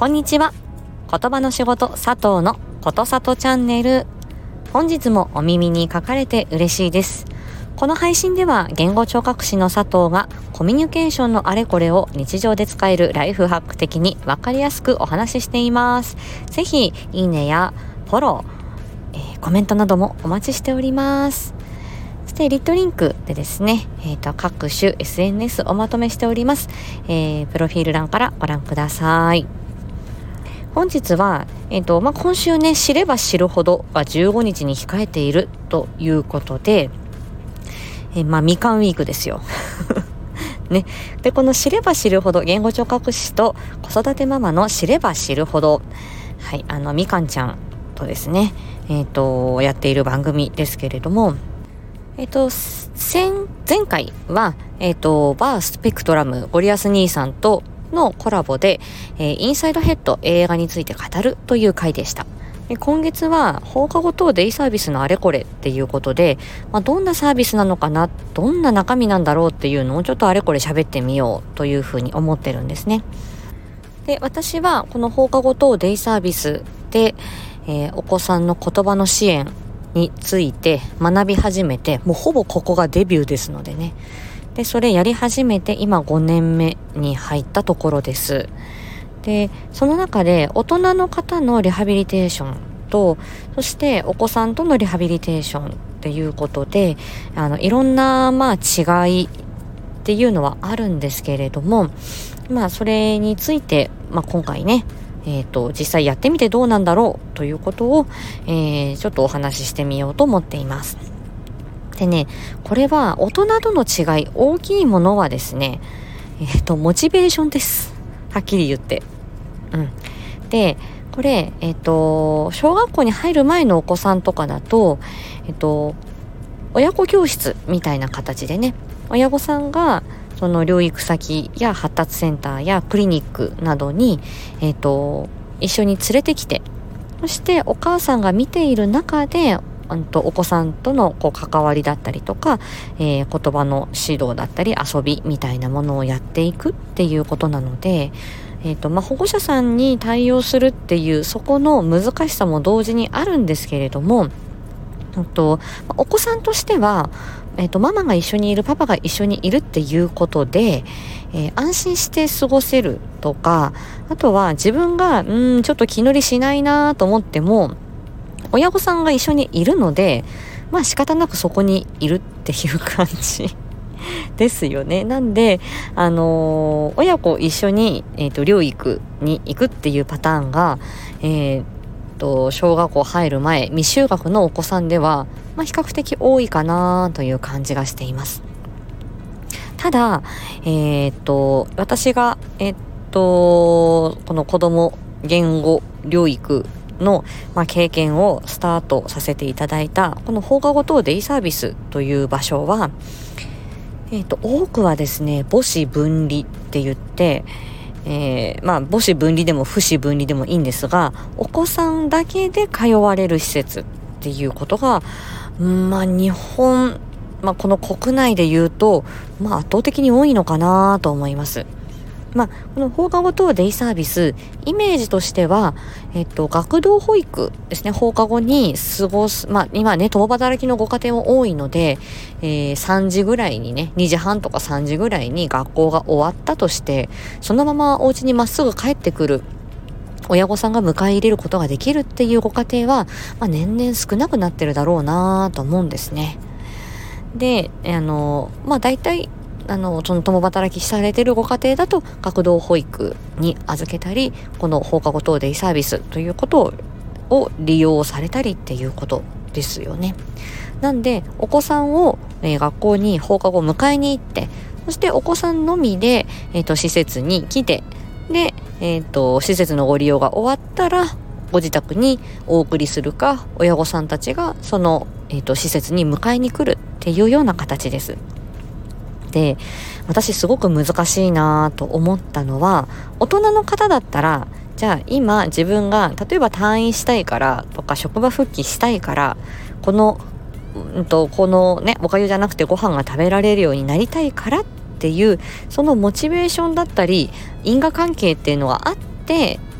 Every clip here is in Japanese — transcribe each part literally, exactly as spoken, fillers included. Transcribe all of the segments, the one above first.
こんにちは。言葉の仕事佐藤のことさとチャンネル。本日もお耳に書かれて嬉しいです。この配信では言語聴覚士の佐藤がコミュニケーションのあれこれを日常で使えるライフハック的にわかりやすくお話ししています。ぜひいいねやフォロー、えー、コメントなどもお待ちしております。そしてリットリンクでですね、えー、と各種 エスエヌエス おまとめしております、えー、プロフィール欄からご覧ください。本日は、えーとまあ、今週ね、知れば知るほどがじゅうごにちに控えているということで、えー、まあみかんウィークですよね。で、この知れば知るほど、言語聴覚士と子育てママの知れば知るほど、はい、あのみかんちゃんとですね、えっとやっている番組ですけれども、えっと前前回はえっとバースペクトラムゴリアス兄さんとのコラボで、えー、インサイドヘッド映画について語るという回でした。で、今月は放課後等デイサービスのあれこれっていうことで、まあ、どんなサービスなのかな、どんな中身なんだろうっていうのをちょっとあれこれ喋ってみようというふうに思ってるんですね。で、私はこの放課後等デイサービスで、えー、お子さんの言葉の支援について学び始めて、もうほぼここがデビューですのでね。で、それやり始めて今ごねんめに入ったところです。で、その中で大人の方のリハビリテーションと、そしてお子さんとのリハビリテーションっていうことで、あのいろんなまあ違いっていうのはあるんですけれども、まあそれについて、まあ、今回ね、えっと実際やってみてどうなんだろうということを、えー、ちょっとお話ししてみようと思っています。でね、これは大人との違い、大きいものはですね、えっとモチベーションです。はっきり言って。うん。で、これえっと小学校に入る前のお子さんとかだと、えっと親子教室みたいな形でね、親御さんがその療育先や発達センターやクリニックなどにえっと一緒に連れてきて、そしてお母さんが見ている中でお子さんとのこう関わりだったりとか、えー、言葉の指導だったり遊びみたいなものをやっていくっていうことなので、えーとまあ、保護者さんに対応するっていうそこの難しさも同時にあるんですけれども、とお子さんとしては、えーとママが一緒にいる、パパが一緒にいるっていうことで、えー、安心して過ごせるとか、あとは自分がうんちょっと気乗りしないなと思っても親御さんが一緒にいるので、まあ仕方なくそこにいるっていう感じですよね。なんで、あのー、親子一緒に、えーと、療育に行くっていうパターンが、えーと、小学校入る前、未就学のお子さんでは、まあ比較的多いかなという感じがしています。ただ、えーと、私が、えーと、この子供言語療育の、まあ、経験をスタートさせていただいたこの放課後等デイサービスという場所は、えーと、多くはですね、母子分離って言って、えー、まあ母子分離でも父子分離でもいいんですが、お子さんだけで通われる施設っていうことが、まあ日本、まあこの国内で言うと、まあ圧倒的に多いのかなと思います。まあ、この放課後等デイサービス、イメージとしては、えっと、学童保育ですね、放課後に過ごす、まあ、今ね、共働きのご家庭も多いので、えー、さんじぐらいにね、にじはんとかさんじぐらいに学校が終わったとして、そのままお家にまっすぐ帰ってくる、親御さんが迎え入れることができるっていうご家庭は、まあ、年々少なくなってるだろうなと思うんですね。で、あの、まあ、大体、あのその共働きされているご家庭だと学童保育に預けたり、この放課後等デイサービスということを利用されたりっていうことですよね。なんでお子さんを、えー、学校に放課後迎えに行って、そしてお子さんのみで、えー、と施設に来て、で、えー、と施設のご利用が終わったらご自宅にお送りするか、親御さんたちがその、えー、と施設に迎えに来るっていうような形です。で、私すごく難しいなと思ったのは、大人の方だったら、じゃあ今自分が例えば退院したいからとか職場復帰したいから、この、うんと、このね、おかゆじゃなくてご飯が食べられるようになりたいからっていう、そのモチベーションだったり因果関係っていうのがあって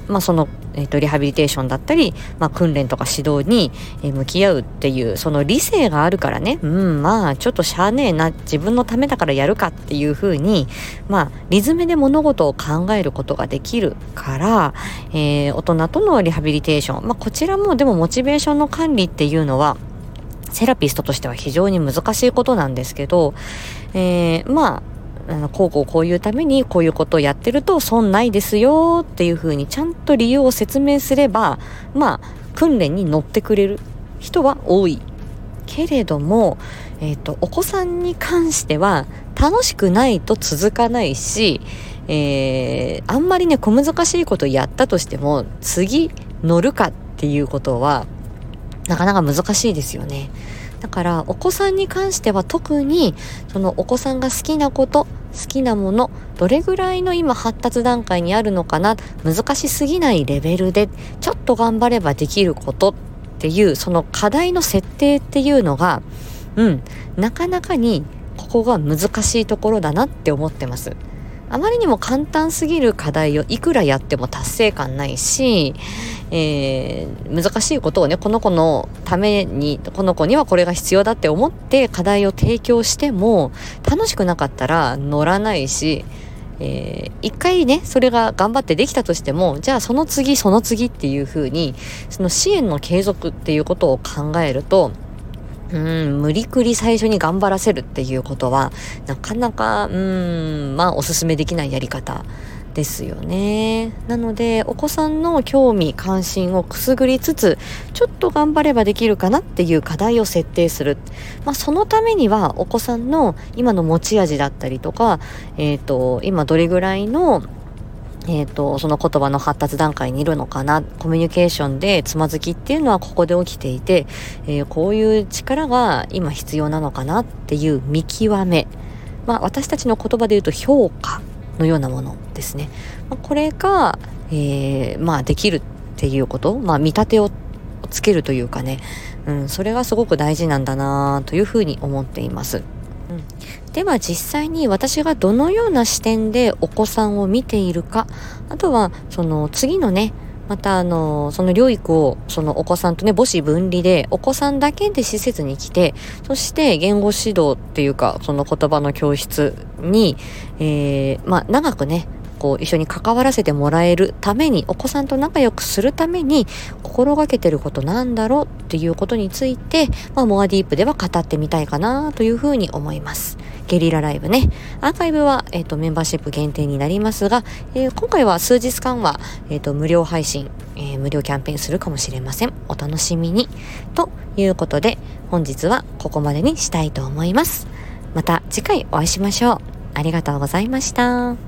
まあその、えーと、リハビリテーションだったり、まあ訓練とか指導に向き合うっていう、その理性があるからね、うん、まあちょっとしゃあねえな、自分のためだからやるかっていう風に、まあリズムで物事を考えることができるから、えー、大人とのリハビリテーション、まあこちらもでもモチベーションの管理っていうのは、セラピストとしては非常に難しいことなんですけど、えー、まああのこうこうこういうためにこういうことをやってると損ないですよっていうふうにちゃんと理由を説明すれば、まあ訓練に乗ってくれる人は多いけれども、えーと、お子さんに関しては楽しくないと続かないし、えー、あんまりね小難しいことをやったとしても次乗るかっていうことはなかなか難しいですよね。だからお子さんに関しては特にそのお子さんが好きなこと、好きなもの、どれぐらいの今発達段階にあるのかな、難しすぎないレベルでちょっと頑張ればできることっていうその課題の設定っていうのが、うんなかなかにここが難しいところだなって思ってます。あまりにも簡単すぎる課題をいくらやっても達成感ないし、えー、難しいことをねこの子のためにこの子にはこれが必要だって思って課題を提供しても楽しくなかったら乗らないし、えー、一回ねそれが頑張ってできたとしてもじゃあその次その次っていう風にその支援の継続っていうことを考えると、うん無理くり最初に頑張らせるっていうことはなかなかうんまあおすすめできないやり方ですよね。なのでお子さんの興味関心をくすぐりつつちょっと頑張ればできるかなっていう課題を設定する、まあ、そのためにはお子さんの今の持ち味だったりとか、えーと、今どれぐらいのえーと、その言葉の発達段階にいるのかな、コミュニケーションでつまずきっていうのはここで起きていて、えー、こういう力が今必要なのかなっていう見極め、まあ、私たちの言葉で言うと評価のようなものですね。まあ、これが、えー、まあできるっていうこと、まあ見立てをつけるというかね、うん、それがすごく大事なんだなというふうに思っています。うん、では実際に私がどのような視点でお子さんを見ているか、あとはその次のねまたあのその療育をそのお子さんとね母子分離でお子さんだけで施設に来て、そして言語指導っていうかその言葉の教室に、えー、まあ長くねこう一緒に関わらせてもらえるために、お子さんと仲良くするために心がけてることなんだろうっていうことについて、まあ、モアディープでは語ってみたいかなというふうに思います。ゲリラライブね、アーカイブは、えーと、メンバーシップ限定になりますが、えー、今回は数日間は、えーと、無料配信、えー、無料キャンペーンするかもしれません。お楽しみに。ということで本日はここまでにしたいと思います。また次回お会いしましょう。ありがとうございました。